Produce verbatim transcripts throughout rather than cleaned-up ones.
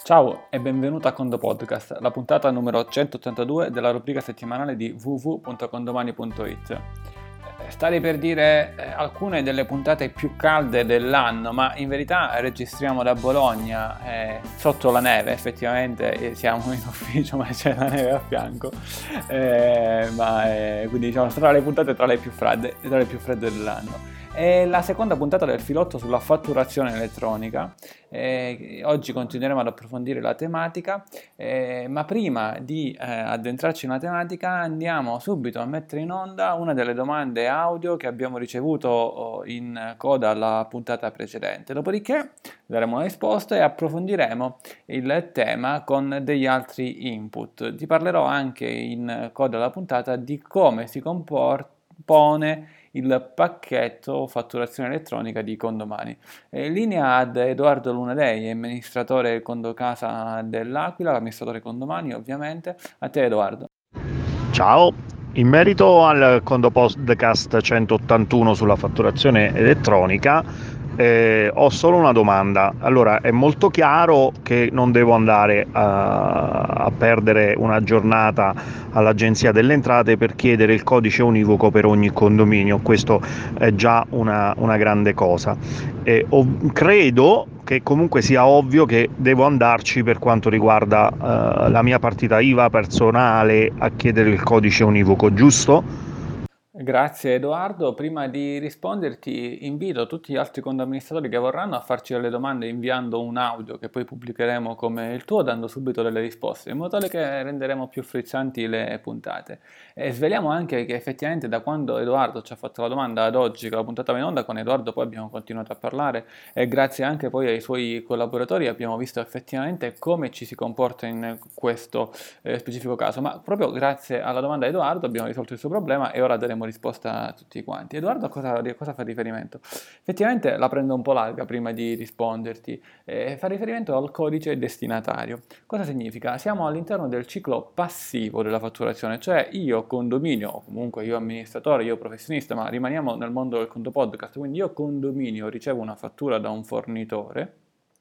Ciao e benvenuto a Condo Podcast, la puntata numero centottantadue della rubrica settimanale di w w w punto condomani punto i t. Starei per dire eh, alcune delle puntate più calde dell'anno, ma in verità registriamo da Bologna, eh, sotto la neve, effettivamente eh, siamo in ufficio ma c'è la neve a fianco, eh, ma eh, quindi diciamo sono tra le puntate tra le più fredde, tra le più fredde dell'anno. È la seconda puntata del filotto sulla fatturazione elettronica. Eh, oggi continueremo ad approfondire la tematica, eh, ma prima di eh, addentrarci nella tematica andiamo subito a mettere in onda una delle domande audio che abbiamo ricevuto oh, in coda alla puntata precedente. Dopodiché daremo una risposta e approfondiremo il tema con degli altri input. Ti parlerò anche in coda alla puntata di come si compone il pacchetto fatturazione elettronica di Condomani. Eh, in linea ad Edoardo Lunadei, amministratore del Condo Casa dell'Aquila, l'amministratore Condomani ovviamente. A te Edoardo. Ciao, in merito al Condo Podcast centottantuno sulla fatturazione elettronica, eh, ho solo una domanda. Allora, è molto chiaro che non devo andare a, a perdere una giornata all'Agenzia delle Entrate per chiedere il codice univoco per ogni condominio, questo è già una, una grande cosa. Eh, ov- credo che comunque sia ovvio che devo andarci per quanto riguarda uh, la mia partita I V A personale a chiedere il codice univoco, giusto? Grazie Edoardo, prima di risponderti invito tutti gli altri condoamministratori che vorranno a farci delle domande inviando un audio che poi pubblicheremo come il tuo, dando subito delle risposte, in modo tale che renderemo più frizzanti le puntate. E sveliamo anche che effettivamente da quando Edoardo ci ha fatto la domanda ad oggi, che la puntata va in onda, con Edoardo poi abbiamo continuato a parlare e grazie anche poi ai suoi collaboratori abbiamo visto effettivamente come ci si comporta in questo eh, specifico caso, ma proprio grazie alla domanda di Edoardo abbiamo risolto il suo problema e ora daremo risposta a tutti quanti. Edoardo a cosa, a cosa fa riferimento? Effettivamente la prendo un po' larga prima di risponderti, eh, fa riferimento al codice destinatario. Cosa significa? Siamo all'interno del ciclo passivo della fatturazione, cioè io condominio, o comunque io amministratore, io professionista, ma rimaniamo nel mondo del conto podcast, quindi io condominio ricevo una fattura da un fornitore.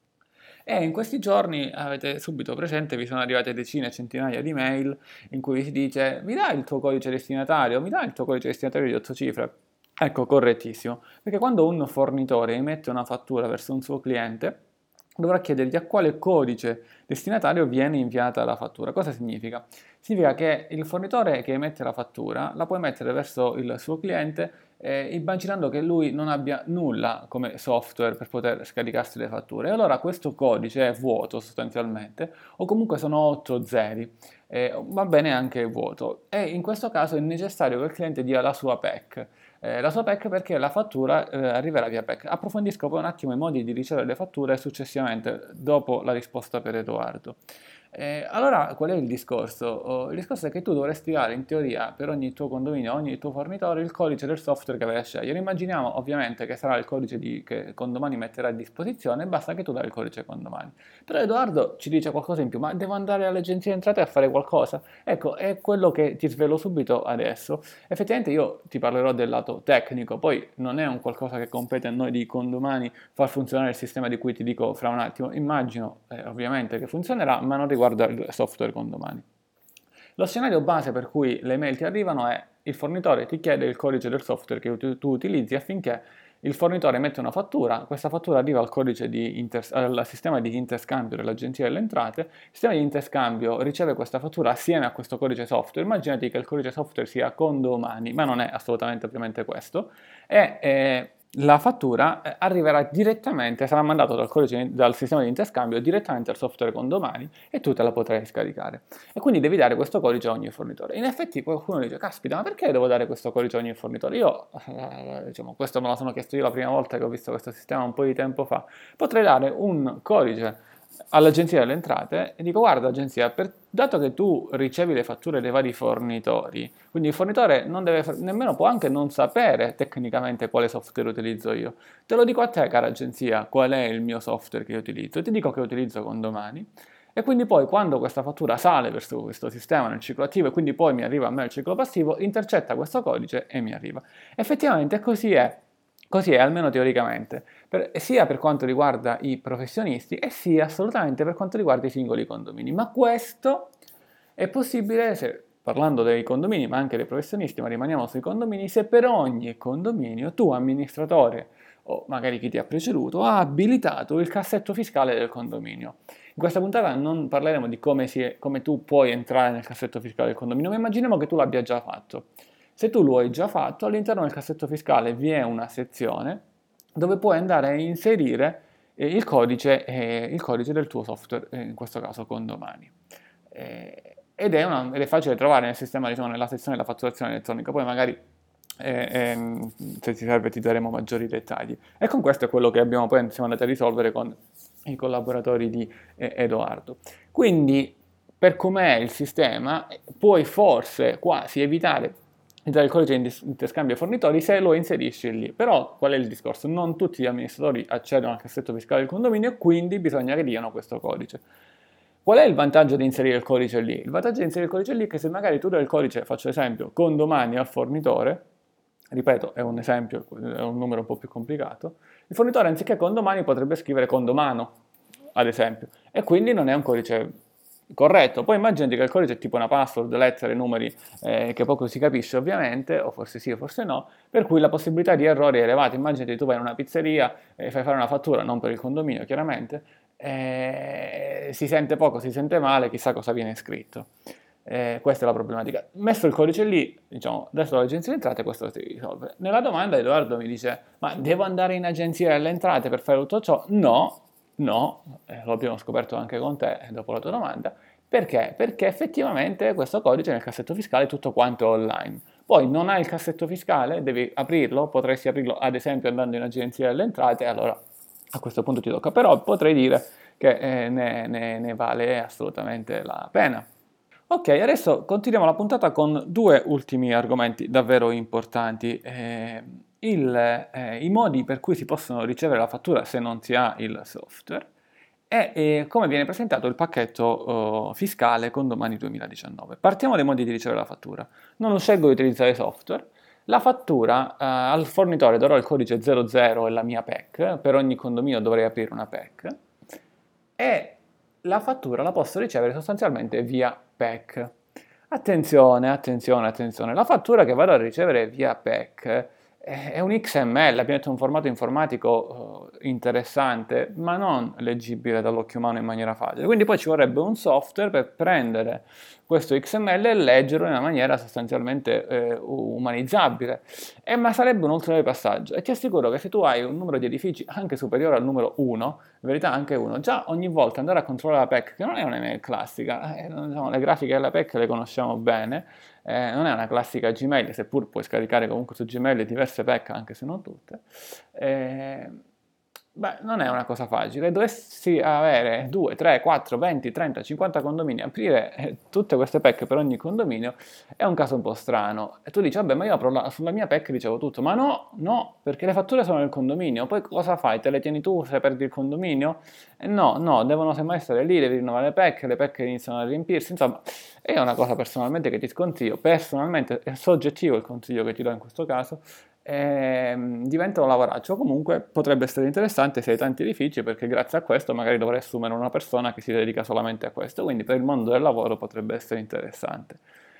E in questi giorni avete subito presente, vi sono arrivate decine e centinaia di mail in cui si dice mi dai il tuo codice destinatario, mi dai il tuo codice destinatario di otto cifre? Ecco, correttissimo, perché quando un fornitore emette una fattura verso un suo cliente, dovrà chiedergli a quale codice destinatario viene inviata la fattura. Cosa significa? Significa che il fornitore che emette la fattura la può emettere verso il suo cliente eh, immaginando che lui non abbia nulla come software per poter scaricarsi le fatture. E allora questo codice è vuoto sostanzialmente, o comunque sono otto zeri. Eh, va bene anche vuoto. E in questo caso è necessario che il cliente dia la sua P E C. Eh, la sua P E C perché la fattura eh, arriverà via P E C. Approfondisco poi un attimo i modi di ricevere le fatture successivamente, dopo la risposta per Edoardo. Eh, allora, qual è il discorso? Oh, il discorso è che tu dovresti dare in teoria per ogni tuo condominio, ogni tuo fornitore, il codice del software che vai a scegliere. Immaginiamo ovviamente che sarà il codice di, che Condomani metterà a disposizione, basta che tu dai il codice Condomani. Però Edoardo ci dice qualcosa in più, ma devo andare all'agenzia entrate a fare qualcosa? Ecco, è quello che ti svelo subito adesso. Effettivamente io ti parlerò del lato tecnico, poi non è un qualcosa che compete a noi di Condomani far funzionare il sistema di cui ti dico fra un attimo. Immagino eh, ovviamente che funzionerà, ma non riguarda il software Condomani. Lo scenario base per cui le mail ti arrivano è il fornitore ti chiede il codice del software che tu, tu utilizzi affinché il fornitore emette una fattura, questa fattura arriva al, codice di inter, al sistema di interscambio dell'Agenzia delle Entrate, il sistema di interscambio riceve questa fattura assieme a questo codice software, immaginati che il codice software sia Condomani, ma non è assolutamente ovviamente questo, e eh, la fattura eh, arriverà direttamente, sarà mandato dal, codice, dal sistema di interscambio direttamente al software Condomani e tu te la potrai scaricare. E quindi devi dare questo codice a ogni fornitore. In effetti qualcuno dice, caspita, ma perché devo dare questo codice a ogni fornitore? Io, eh, diciamo, questo me lo sono chiesto io la prima volta che ho visto questo sistema un po' di tempo fa. Potrei dare un codice all'Agenzia delle Entrate e dico guarda agenzia, per, dato che tu ricevi le fatture dei vari fornitori, quindi il fornitore non deve, nemmeno può anche non sapere tecnicamente quale software utilizzo io, te lo dico a te cara agenzia qual è il mio software che io utilizzo e ti dico che utilizzo Condomani e quindi poi quando questa fattura sale verso questo sistema nel ciclo attivo e quindi poi mi arriva a me il ciclo passivo, intercetta questo codice e mi arriva. Effettivamente così è. Così è, almeno teoricamente, per, sia per quanto riguarda i professionisti e sia assolutamente per quanto riguarda i singoli condomini. Ma questo è possibile, se, parlando dei condomini, ma anche dei professionisti, ma rimaniamo sui condomini, se per ogni condominio tu, amministratore, o magari chi ti ha preceduto, ha abilitato il cassetto fiscale del condominio. In questa puntata non parleremo di come, si è, come tu puoi entrare nel cassetto fiscale del condominio, ma immaginiamo che tu l'abbia già fatto. Se tu lo hai già fatto, all'interno del cassetto fiscale vi è una sezione dove puoi andare a inserire eh, il, codice, eh, il codice del tuo software, eh, in questo caso Condomani. Eh, ed, è una, ed è facile trovare nel sistema, diciamo, nella sezione della fatturazione elettronica, poi magari eh, eh, se ti serve ti daremo maggiori dettagli. E con questo è quello che abbiamo poi siamo andati a risolvere con i collaboratori di eh, Edoardo. Quindi, per com'è il sistema, puoi forse quasi evitare di dare il codice di interscambio ai fornitori se lo inserisci lì. Però qual è il discorso? Non tutti gli amministratori accedono al cassetto fiscale del condominio e quindi bisogna che diano questo codice. Qual è il vantaggio di inserire il codice lì? Il vantaggio di inserire il codice lì è che se magari tu dai il codice, faccio esempio, condomani al fornitore, ripeto, è un esempio, è un numero un po' più complicato, il fornitore anziché condomani potrebbe scrivere condomano, ad esempio, e quindi non è un codice corretto. Poi immaginati che il codice è tipo una password, lettere, numeri, eh, che poco si capisce ovviamente, o forse sì o forse no, per cui la possibilità di errori è elevata. Immaginati tu vai in una pizzeria e fai fare una fattura, non per il condominio chiaramente, eh, si sente poco, si sente male, chissà cosa viene scritto. Eh, questa è la problematica. Messo il codice lì, diciamo, adesso l'agenzia delle entrate questo si risolve. Nella domanda Edoardo mi dice, ma devo andare in agenzia delle entrate per fare tutto ciò? No, no, eh, lo abbiamo scoperto anche con te dopo la tua domanda. Perché? Perché effettivamente questo codice nel cassetto fiscale è tutto quanto online. Poi non hai il cassetto fiscale, devi aprirlo, potresti aprirlo ad esempio andando in agenzia delle entrate, allora a questo punto ti tocca, però potrei dire che eh, ne, ne, ne vale assolutamente la pena. Ok, adesso continuiamo la puntata con due ultimi argomenti davvero importanti. Eh, il, eh, I modi per cui si possono ricevere la fattura se non si ha il software e eh, come viene presentato il pacchetto oh, fiscale Condomani duemiladiciannove. Partiamo dai modi di ricevere la fattura. Non scelgo di utilizzare software. La fattura eh, al fornitore darò il codice zero zero e la mia P E C, per ogni condominio dovrei aprire una P E C, e la fattura la posso ricevere sostanzialmente via P E C. Attenzione, attenzione, attenzione, la fattura che vado a ricevere via P E C è un X M L, abbiamo detto un formato informatico uh, interessante, ma non leggibile dall'occhio umano in maniera facile. Quindi poi ci vorrebbe un software per prendere questo X M L e leggerlo in una maniera sostanzialmente eh, umanizzabile. Eh, ma sarebbe un ulteriore passaggio. E ti assicuro che se tu hai un numero di edifici anche superiore al numero uno, in verità anche uno, già ogni volta andare a controllare la P E C, che non è un'email classica, eh, diciamo, le grafiche della P E C le conosciamo bene, eh, non è una classica Gmail, seppur puoi scaricare comunque su Gmail diverse P E C, anche se non tutte, eh, beh, non è una cosa facile. Dovessi avere due, tre, quattro, venti, trenta, cinquanta condomini, aprire eh, tutte queste P E C per ogni condominio è un caso un po' strano. E tu dici, vabbè, ma io apro la, sulla mia P E C ricevo tutto. Ma no, no, perché le fatture sono nel condominio. Poi cosa fai? Te le tieni tu se perdi il condominio? Eh, no, no, devono semmai stare lì, devi rinnovare le P E C, le P E C iniziano a riempirsi. Insomma, è una cosa personalmente che ti sconsiglio. Personalmente è soggettivo il consiglio che ti do in questo caso. Eh, diventa un lavoraccio. Comunque potrebbe essere interessante se hai tanti edifici, perché grazie a questo magari dovrai assumere una persona che si dedica solamente a questo, quindi per il mondo del lavoro potrebbe essere interessante.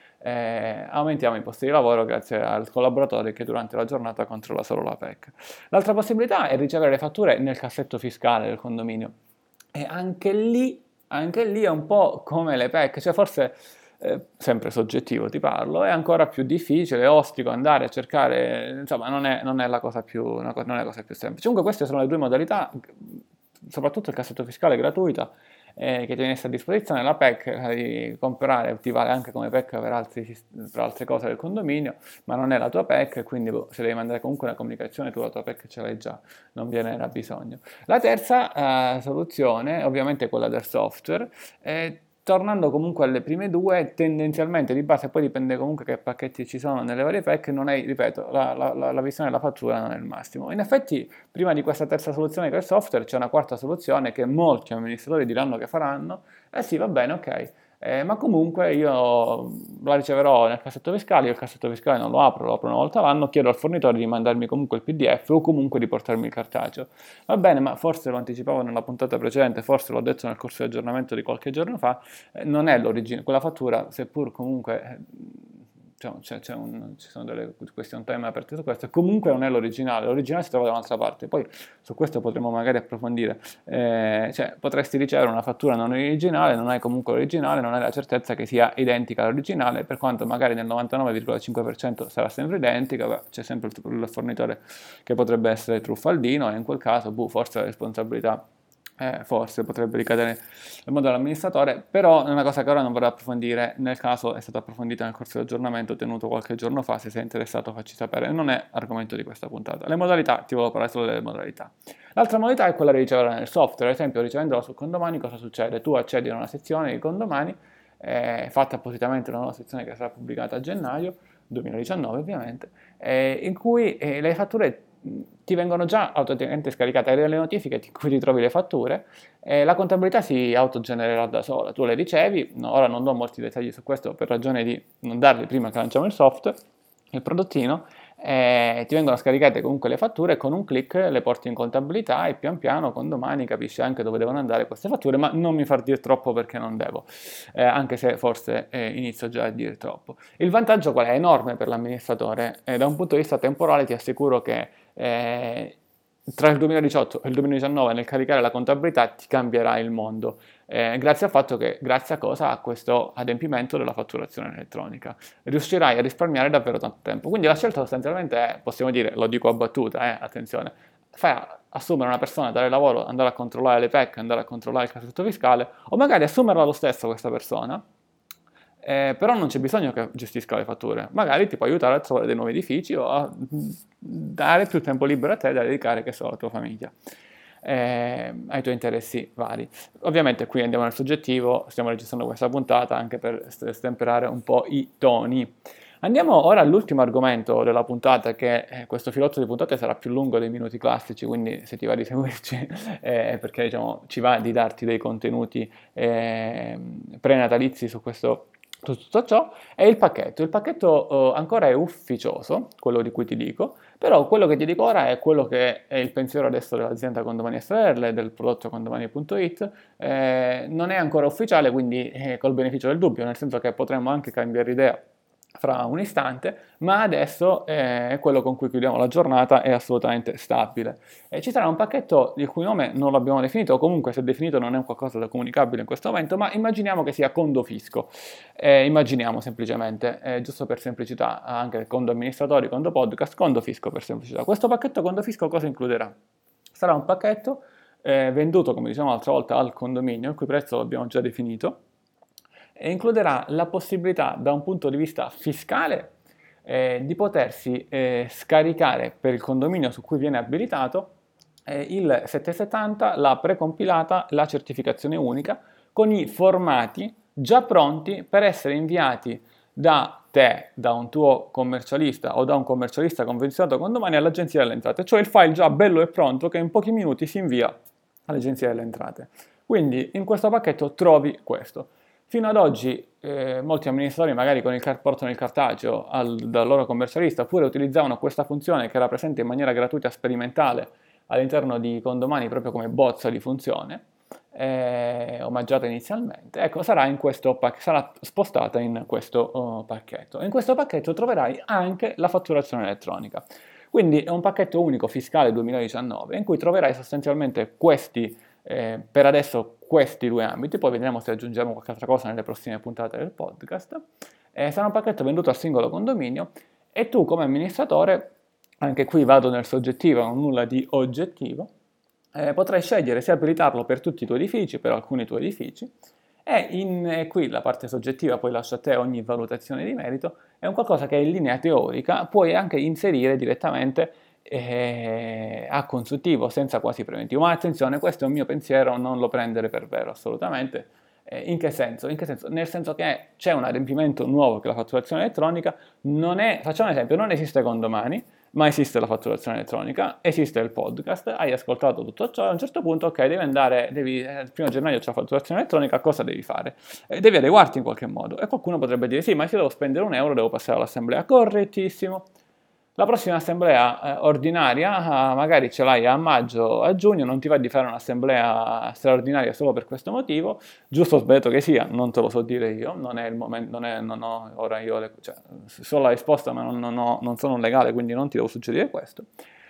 Eh, aumentiamo i posti di lavoro grazie al collaboratore che durante la giornata controlla solo la P E C. L'altra possibilità è ricevere le fatture nel cassetto fiscale del condominio, e anche lì, anche lì è un po' come le P E C, cioè forse Eh, sempre soggettivo ti parlo, è ancora più difficile, ostico andare a cercare, insomma non è, non è la cosa più, una, non è la cosa più semplice. Comunque queste sono le due modalità, soprattutto il cassetto fiscale gratuito eh, che ti viene a disposizione, la P E C di comprare ti vale anche come P E C per, altri, per altre cose del condominio, ma non è la tua P E C, quindi boh, se devi mandare comunque una comunicazione tu la tua P E C ce l'hai già, non viene da bisogno. La terza eh, soluzione, ovviamente quella del software, è tornando comunque alle prime due, tendenzialmente di base, poi dipende comunque che pacchetti ci sono nelle varie P E C, non hai, ripeto, la, la, la visione della fattura non è il massimo. In effetti, prima di questa terza soluzione che è il software, c'è una quarta soluzione che molti amministratori diranno che faranno, eh sì, va bene, ok, Eh, ma comunque io la riceverò nel cassetto fiscale, io il cassetto fiscale non lo apro, lo apro una volta all'anno, chiedo al fornitore di mandarmi comunque il P D F o comunque di portarmi il cartaceo. Va bene, ma forse lo anticipavo nella puntata precedente, forse l'ho detto nel corso di aggiornamento di qualche giorno fa, eh, non è l'origine, quella fattura, seppur comunque... eh, diciamo, c'è, c'è un, ci sono delle question time aperte su questo, e comunque non è l'originale, l'originale si trova da un'altra parte, poi su questo potremo magari approfondire, eh, cioè potresti ricevere una fattura non originale, non hai comunque l'originale, non hai la certezza che sia identica all'originale, per quanto magari nel novantanove virgola cinque per cento sarà sempre identica, beh, c'è sempre il, il fornitore che potrebbe essere truffaldino, e in quel caso, boh, forse la responsabilità eh, forse potrebbe ricadere nel modo dell'amministratore, però è una cosa che ora non vorrei approfondire, nel caso è stata approfondita nel corso dell'aggiornamento tenuto qualche giorno fa, se sei interessato facci sapere, non è argomento di questa puntata. Le modalità, ti volevo parlare solo delle modalità. L'altra modalità è quella di riceverla nel software, ad esempio ricevendola su Condomani cosa succede? Tu accedi a una sezione di Condomani, eh, fatta appositamente una nuova sezione che sarà pubblicata a gennaio duemiladiciannove ovviamente, eh, in cui eh, le fatture ti vengono già automaticamente scaricate, hai delle notifiche in cui ti trovi le fatture e la contabilità si autogenererà da sola, tu le ricevi, no, ora non do molti dettagli su questo per ragione di non darli prima che lanciamo il software, il prodottino, eh, ti vengono scaricate comunque le fatture, con un click le porti in contabilità e pian piano Condomani capisci anche dove devono andare queste fatture, ma non mi far dire troppo perché non devo, eh, anche se forse eh, inizio già a dire troppo. Il vantaggio qual è? È enorme per l'amministratore, eh, da un punto di vista temporale ti assicuro che eh, tra il duemiladiciotto e il duemiladiciannove nel caricare la contabilità ti cambierà il mondo, eh, grazie al fatto che, grazie a cosa? A questo adempimento della fatturazione elettronica. Riuscirai a risparmiare davvero tanto tempo. Quindi la scelta sostanzialmente è, possiamo dire, lo dico a battuta, eh, attenzione, fai assumere una persona, dare lavoro, andare a controllare le P E C, andare a controllare il cassetto fiscale, o magari assumerla lo stesso questa persona, eh, però non c'è bisogno che gestisca le fatture, magari ti può aiutare a trovare dei nuovi edifici o a dare più tempo libero a te da dedicare, che so, alla tua famiglia, eh, ai tuoi interessi vari. Ovviamente qui andiamo nel soggettivo, stiamo registrando questa puntata anche per stemperare un po' i toni. Andiamo ora all'ultimo argomento della puntata, che eh, questo filotto di puntate sarà più lungo dei minuti classici, quindi se ti va di seguirci eh, perché diciamo, ci va di darti dei contenuti eh, prenatalizi su questo, su tutto ciò, è il pacchetto. Il pacchetto eh, ancora è ufficioso, quello di cui ti dico, però quello che ti dico ora è quello che è il pensiero adesso dell'azienda Condomani S R L, del prodotto condomani punto it, eh, non è ancora ufficiale, quindi eh, col beneficio del dubbio, nel senso che potremmo anche cambiare idea fra un istante, ma adesso eh, quello con cui chiudiamo la giornata è assolutamente stabile. E ci sarà un pacchetto il cui nome non l'abbiamo definito, o comunque se definito non è un qualcosa da comunicabile in questo momento, ma immaginiamo che sia Condofisco. Eh, immaginiamo semplicemente, eh, giusto per semplicità, anche Condo Amministratori, Condo Podcast, Condofisco per semplicità. Questo pacchetto Condofisco cosa includerà? Sarà un pacchetto eh, venduto, come dicevamo l'altra volta, al condominio, il cui prezzo l'abbiamo già definito, e includerà la possibilità da un punto di vista fiscale eh, di potersi eh, scaricare per il condominio su cui viene abilitato eh, il settecentosettanta, la precompilata, la certificazione unica con i formati già pronti per essere inviati da te, da un tuo commercialista o da un commercialista convenzionato Condomani all'Agenzia delle Entrate, cioè il file già bello e pronto che in pochi minuti si invia all'Agenzia delle Entrate. Quindi in questo pacchetto trovi questo. Fino ad oggi eh, molti amministratori magari con il car- portano il cartaceo al, dal loro commercialista oppure utilizzavano questa funzione che era presente in maniera gratuita sperimentale all'interno di Condomani proprio come bozza di funzione, eh, omaggiata inizialmente. Ecco, sarà, in questo pac- sarà spostata in questo oh, pacchetto. In questo pacchetto troverai anche la fatturazione elettronica. Quindi è un pacchetto unico fiscale duemiladiciannove in cui troverai sostanzialmente questi Eh, per adesso questi due ambiti, poi vedremo se aggiungiamo qualche altra cosa nelle prossime puntate del podcast. Eh, sarà un pacchetto venduto al singolo condominio e tu come amministratore, anche qui vado nel soggettivo, non nulla di oggettivo, eh, potrai scegliere se abilitarlo per tutti i tuoi edifici, per alcuni tuoi edifici, e in, eh, qui la parte soggettiva, poi lascio a te ogni valutazione di merito, è un qualcosa che in linea teorica puoi anche inserire direttamente eh, a consultivo senza quasi preventivo, ma attenzione, questo è un mio pensiero, non lo prendere per vero assolutamente. Eh, in che senso? In che senso? Nel senso che c'è un adempimento nuovo che è la fatturazione elettronica, non è, facciamo un esempio, non esiste Condomani, ma esiste la fatturazione elettronica, esiste il podcast, hai ascoltato tutto ciò, a un certo punto, ok, devi andare, devi, eh, il primo gennaio c'è la fatturazione elettronica, cosa devi fare? Eh, devi adeguarti in qualche modo. E qualcuno potrebbe dire, sì, ma se devo spendere un euro, devo passare all'assemblea. Correttissimo. La prossima assemblea eh, ordinaria, eh, magari ce l'hai a maggio o a giugno, non ti va di fare un'assemblea straordinaria solo per questo motivo, giusto o sbagliato che sia, non te lo so dire io, non è il momento, non, è, non ho, ora io, le, cioè, so la risposta ma non, non, ho, non sono un legale, quindi non ti devo suggerire questo.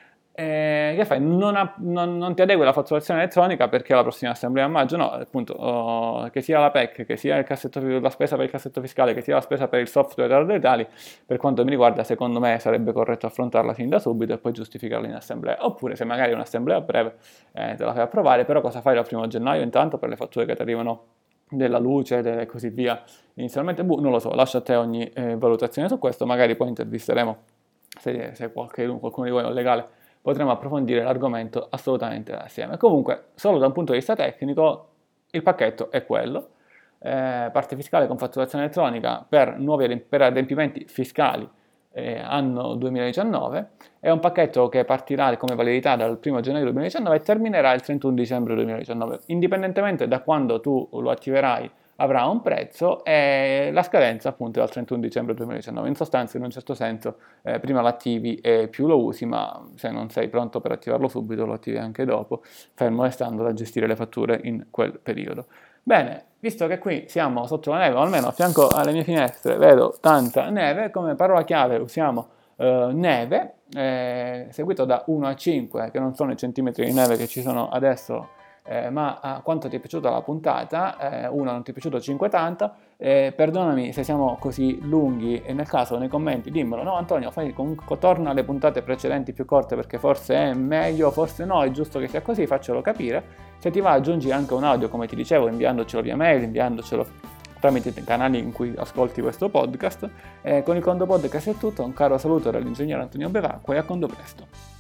Eh, che fai? Non, ha, non, non ti adegui alla fatturazione elettronica perché la prossima assemblea a maggio, no, appunto, oh, che sia la P E C, che sia il cassetto, la spesa per il cassetto fiscale, che sia la spesa per il software dei tali, per quanto mi riguarda, secondo me sarebbe corretto affrontarla fin da subito e poi giustificarla in assemblea. Oppure, se magari è un'assemblea breve, eh, te la fai approvare, però cosa fai dal primo gennaio intanto per le fatture che ti arrivano della luce e così via? Inizialmente, boh, non lo so, lascio a te ogni eh, valutazione su questo, magari poi intervisteremo, se, se qualche, qualcuno di voi è un legale, potremo approfondire l'argomento assolutamente assieme. Comunque, solo da un punto di vista tecnico, il pacchetto è quello, eh, parte fiscale con fatturazione elettronica per nuovi per adempimenti fiscali eh, anno duemiladiciannove, è un pacchetto che partirà come validità dal primo gennaio duemiladiciannove e terminerà il trentuno dicembre duemiladiciannove, indipendentemente da quando tu lo attiverai avrà un prezzo e la scadenza appunto è al trentuno dicembre duemiladiciannove. In sostanza, in un certo senso, eh, prima l'attivi e più lo usi, ma se non sei pronto per attivarlo subito lo attivi anche dopo, fermo restando da gestire le fatture in quel periodo. Bene, visto che qui siamo sotto la neve, o almeno a fianco alle mie finestre vedo tanta neve, come parola chiave usiamo eh, neve, eh, seguito da uno a cinque, che non sono i centimetri di neve che ci sono adesso, Eh, ma a quanto ti è piaciuta la puntata, eh, uno non ti è piaciuto, cinque tanta, eh, perdonami se siamo così lunghi e nel caso nei commenti dimmelo, no Antonio, fai comunque, torna alle puntate precedenti più corte perché forse è meglio, forse no, è giusto che sia così, faccelo capire, se ti va aggiungi anche un audio come ti dicevo inviandocelo via mail, inviandocelo tramite i canali in cui ascolti questo podcast, eh, con il Condo Podcast è tutto, un caro saluto dall'ingegnere Antonio Bevacqua e a Condo presto.